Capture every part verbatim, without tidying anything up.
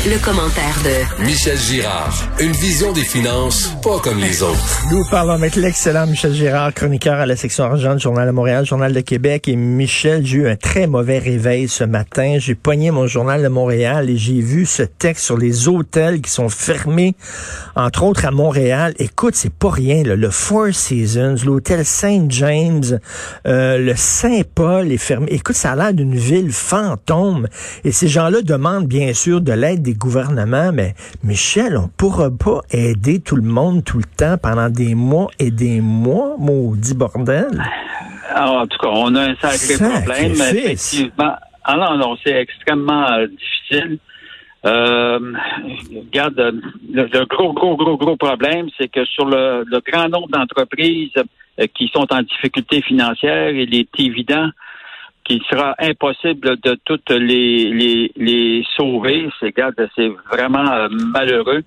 Le commentaire de Michel Girard. Une vision des finances pas comme les autres. Nous parlons avec l'excellent Michel Girard, chroniqueur à la section argent du Journal de Montréal, Journal de Québec. Et Michel, j'ai eu un très mauvais réveil ce matin. J'ai pogné mon Journal de Montréal et j'ai vu ce texte sur les hôtels qui sont fermés, entre autres à Montréal. Écoute, c'est pas rien, là. Le Four Seasons, l'hôtel Saint James, euh, le Saint-Paul est fermé. Écoute, ça a l'air d'une ville fantôme. Et ces gens-là demandent bien sûr de l'aide des gouvernements, mais Michel, on pourra pas aider tout le monde tout le temps pendant des mois et des mois, maudit bordel. Alors, en tout cas, on a un sacré Sacrifice. problème, effectivement. Alors, non, c'est extrêmement euh, difficile. Euh, regarde, le, le gros, gros, gros, gros problème, c'est que sur le, le grand nombre d'entreprises euh, qui sont en difficulté financière, il est évident qu'il sera impossible de toutes les les, les sauver. C'est, regarde, c'est vraiment euh, malheureux.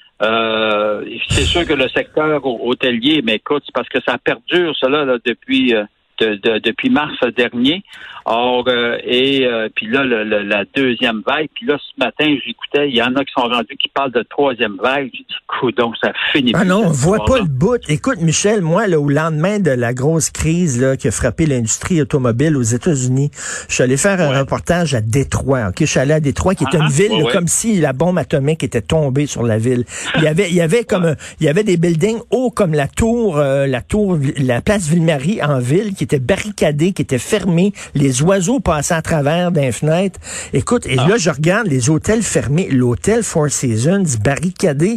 Euh, c'est sûr que le secteur hôtelier, mais écoute, c'est parce que ça perdure, cela, là, depuis euh, de, de, depuis mars dernier. Or, euh, et euh, puis là, le, le, la deuxième vague, puis là, ce matin, j'écoutais, il y en a qui sont rendus qui parlent de troisième vague. J'ai dit, coudonc, ça finit plus. Ah non, on voit pas le bout. Écoute, Michel, moi, là, au lendemain de la grosse crise là, qui a frappé l'industrie automobile aux États-Unis, je suis allé faire un ouais. reportage à Détroit. Ok, je suis allé à Détroit, qui est ah, une ville ouais, là, ouais. comme si la bombe atomique était tombée sur la ville. Il y avait, il y avait comme, ouais. il y avait des buildings hauts comme la tour, euh, la tour, la place Ville-Marie en ville, qui était barricadée, qui était fermée. Les oiseaux passaient à travers d'un fenêtre. Écoute, et ah. là, je regarde les hôtels fermés. L'hôtel Four Seasons barricadé.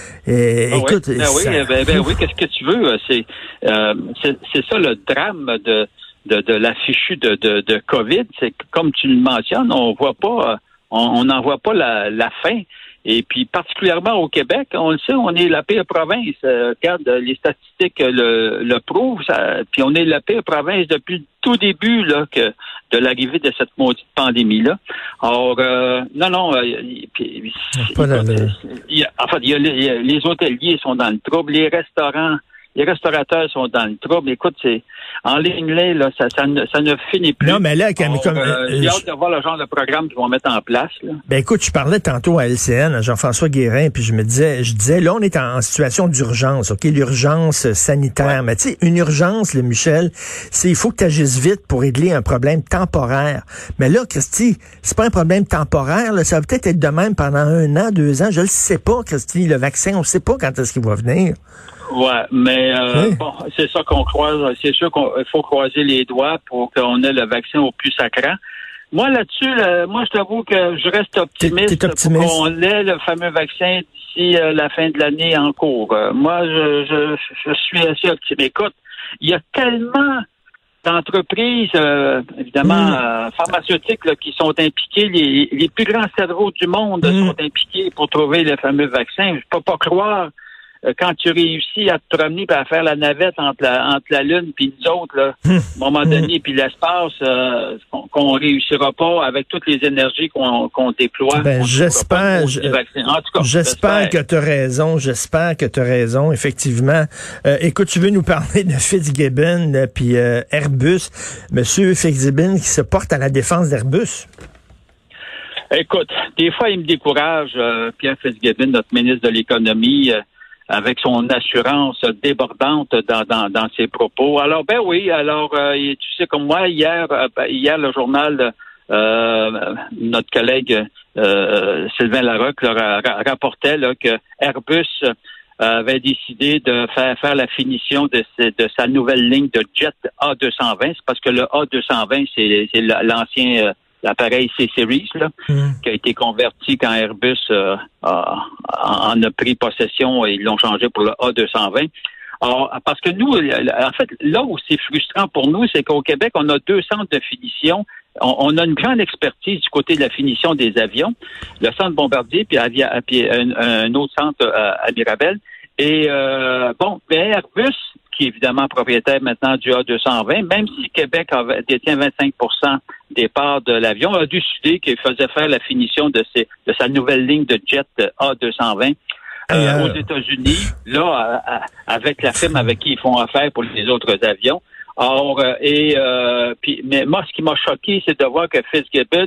Euh, ah écoute, oui, ben, ça... oui, ben, ben oui, qu'est-ce que tu veux? C'est, euh, c'est, c'est ça le drame de, de, de l'affichu de, de, de COVID. C'est que, comme tu le mentionnes, on voit pas, on n'en voit pas la, la fin. Et puis, particulièrement au Québec, on le sait, on est la pire province. Euh, regarde, les statistiques le, le prouvent. Ça, puis on est la pire province depuis le tout début là, que, de l'arrivée de cette maudite pandémie-là. Or, euh, non, non, euh, puis, pas écoute, il y a, en fait, il y a les, il y a, les hôteliers sont dans le trouble, les restaurants, les restaurateurs sont dans le trouble. Écoute, c'est en ligne là, ça, ça, ne, ça ne finit plus. Non, mais là, comme, Or, comme euh, j'ai hâte de voir le genre de programme qu'ils vont mettre en place. Là. Ben écoute, je parlais tantôt à L C N, à Jean-François Guérin, puis je me disais, je disais, là, on est en, en situation d'urgence, ok, l'urgence sanitaire. Ouais. Mais tu sais, une urgence, le Michel, c'est il faut que tu agisses vite pour régler un problème temporaire. Mais là, Christy, c'est pas un problème temporaire, là, ça va peut-être être de même pendant un an, deux ans. Je le sais pas, Christy, le vaccin, on sait pas quand est-ce qu'il va venir. Ouais, mais euh, oui. bon, c'est ça qu'on croise. C'est sûr qu'il faut croiser les doigts pour qu'on ait le vaccin au plus sacrant. Moi, là-dessus, là, moi, je t'avoue que je reste optimiste, t'es, t'es optimiste. pour qu'on ait le fameux vaccin d'ici euh, la fin de l'année en cours. Euh, moi, je, je, je suis assez optimiste. Écoute, il y a tellement d'entreprises, euh, évidemment, mm. euh, pharmaceutiques là, qui sont impliquées. Les, les plus grands cerveaux du monde mm. sont impliqués pour trouver le fameux vaccin. Je peux pas croire quand tu réussis à te promener et à faire la navette entre la, entre la Lune puis nous autres, là, à un moment donné, puis l'espace, euh, qu'on, qu'on réussira pas avec toutes les énergies qu'on, qu'on déploie. Ben, j'espère, je, en tout cas, j'espère, j'espère que tu as raison, j'espère que tu as raison, effectivement. Euh, écoute, tu veux nous parler de Fitzgibbon euh, puis euh, Airbus. Monsieur Fitzgibbon qui se porte à la défense d'Airbus. Écoute, des fois, il me décourage, euh, Pierre Fitzgibbon, notre ministre de l'Économie, euh, avec son assurance débordante dans, dans, dans ses propos. Alors, ben oui, alors, euh, tu sais, comme moi, hier, euh, hier le journal, euh, notre collègue euh, Sylvain Larocque là, rapportait là, que Airbus avait décidé de faire faire la finition de, de sa nouvelle ligne de jet A deux cent vingt. C'est parce que le A deux cent vingt, c'est, c'est l'ancien... Euh, l'appareil C-Series, là, mm. qui a été converti quand Airbus euh, a, en a pris possession et ils l'ont changé pour le A deux cent vingt. Alors, parce que nous, en fait, là où c'est frustrant pour nous, c'est qu'au Québec, on a deux centres de finition. On, on a une grande expertise du côté de la finition des avions, le centre Bombardier, puis, avia, puis un, un autre centre euh, à Mirabel. Et euh, bon, Airbus, qui est évidemment propriétaire maintenant du A deux cent vingt, même si Québec avait, détient vingt-cinq pour cent des parts de l'avion, a décidé qu'il faisait faire la finition de, ses, de sa nouvelle ligne de jet A deux cent vingt euh, euh... aux États-Unis, là, à, à, avec la firme avec qui ils font affaire pour les autres avions. Or, euh, et euh, puis, mais moi, ce qui m'a choqué, c'est de voir que Fitzgibbon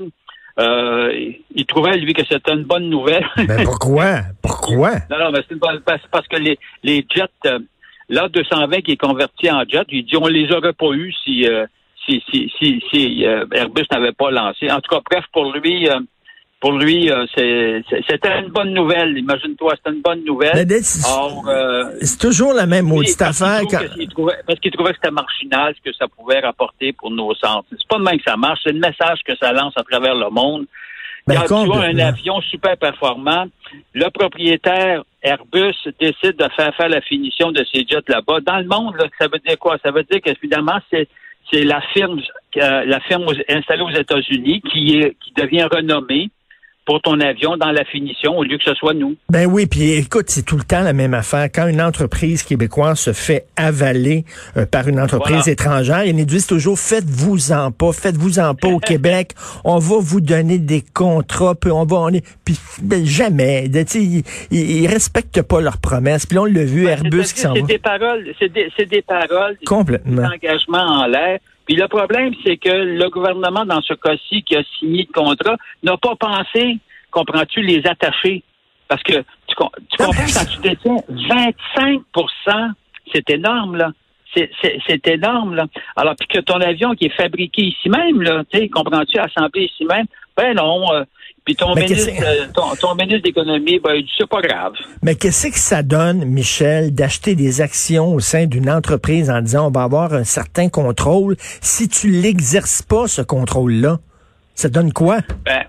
Euh, il trouvait, lui, que c'était une bonne nouvelle. Mais pourquoi? Pourquoi? Non, non, mais c'est une bonne, parce, parce que les, les jets, euh, l'A deux cent vingt qui est converti en jet, il dit on les aurait pas eu si, euh, si, si, si, si euh, Airbus n'avait pas lancé. En tout cas, bref, pour lui, euh, pour lui, euh, c'est, c'est, c'était une bonne nouvelle. Imagine-toi, c'était une bonne nouvelle. Mais c'est, Or, euh, c'est toujours la même maudite parce affaire. Qu'il Quand... qu'il trouvait, parce qu'il trouvait que c'était marginal ce que ça pouvait rapporter pour nos centres. C'est pas de même que ça marche, c'est le message que ça lance à travers le monde. Ben, Quand tu as un avion super performant, le propriétaire Airbus décide de faire faire la finition de ces jets là-bas. Dans le monde, là, ça veut dire quoi? Ça veut dire qu'évidemment, c'est c'est la firme euh, la firme installée aux États-Unis qui est qui devient renommée pour ton avion dans la finition au lieu que ce soit nous. Ben oui, puis écoute, c'est tout le temps la même affaire. Quand une entreprise québécoise se fait avaler euh, par une entreprise voilà. étrangère, ils nous disent toujours faites-vous-en pas, faites-vous-en pas au Québec, on va vous donner des contrats, puis on va on est puis ben, jamais, tu sais, ils, ils, ils respectent pas leurs promesses. Puis là, on l'a vu, ben, Airbus qui s'en va. C'est des paroles, c'est des c'est des paroles, complètement des engagements en l'air. Puis le problème, c'est que le gouvernement, dans ce cas-ci, qui a signé le contrat, n'a pas pensé, comprends-tu, les attacher. Parce que tu, tu comprends, quand tu détiens vingt-cinq pour cent, c'est énorme, là. C'est, c'est, c'est énorme, là. Alors, puis que ton avion qui est fabriqué ici même, là, tu sais, comprends-tu, assemblé ici même, ben non. Euh, puis ton ministre, euh, ton, ton ministre d'économie, ben, il dit, c'est pas grave. Mais qu'est-ce que ça donne, Michel, d'acheter des actions au sein d'une entreprise en disant on va avoir un certain contrôle si tu l'exerces pas, ce contrôle-là? Ça donne quoi? Ben,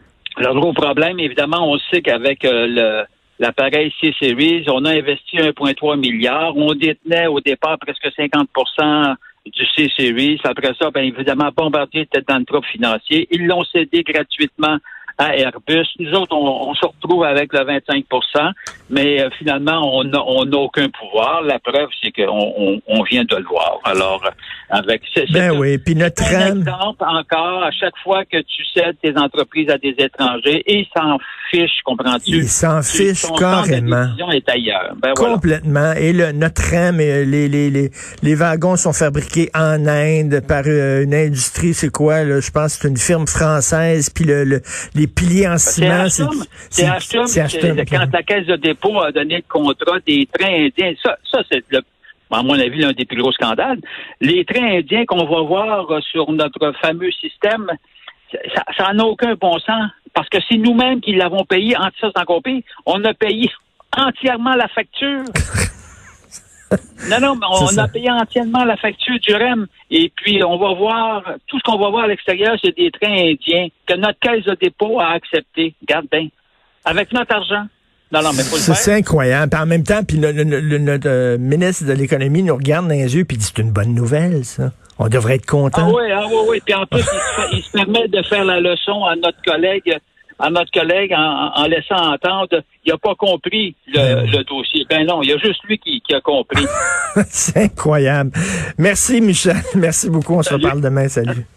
le gros problème, évidemment, on sait qu'avec euh, le l'appareil C-Series, on a investi un virgule trois milliard. On détenait au départ presque cinquante pour cent du C-Series. Après ça, bien évidemment, Bombardier était dans le trouble financier. Ils l'ont cédé gratuitement à Airbus. Nous autres, on, on se retrouve avec le vingt-cinq pour cent, mais euh, finalement, on n'a on n'a aucun pouvoir. La preuve, c'est qu'on on, on vient de le voir. Alors, avec c'est, ben c'est, oui, puis notre un exemple encore, à chaque fois que tu cèdes tes entreprises à des étrangers, ils s'en fichent, comprends-tu? Ils s'en fichent carrément. La décision est ailleurs. Ben, complètement. Voilà. Et le, notre tram, les, les, les, les wagons sont fabriqués en Inde par euh, une industrie, c'est quoi, là? Je pense que c'est une firme française, puis le, le, les piliers en ciment, c'est c'est Alstom. C'est Alstom. Quand la Caisse de dépôt a donné le contrat des trains indiens, ça, ça c'est, le, à mon avis, l'un des plus gros scandales. Les trains indiens qu'on va voir sur notre fameux système, ça, ça n'a aucun bon sens, parce que c'est nous-mêmes qui l'avons payé, en ça, c'est encore pire, on a payé entièrement la facture. Non, non, mais on a payé entièrement la facture du R E M. Et puis, on va voir, tout ce qu'on va voir à l'extérieur, c'est des trains indiens que notre caisse de dépôt a accepté. Regarde bien. Avec notre argent. Non, non, mais faut le faire. C'est incroyable. Puis en même temps, puis le, le, le, notre euh, ministre de l'Économie nous regarde dans les yeux puis dit c'est une bonne nouvelle, ça. On devrait être content. Ah oui, ah oui, oui. Puis en plus, il, se, il se permet de faire la leçon à notre collègue à notre collègue en, en laissant entendre il n'a pas compris le, ben, le dossier. Ben non, il y a juste lui qui, qui a compris. C'est incroyable. Merci, Michel. Merci beaucoup. On Salut. se reparle demain. Salut.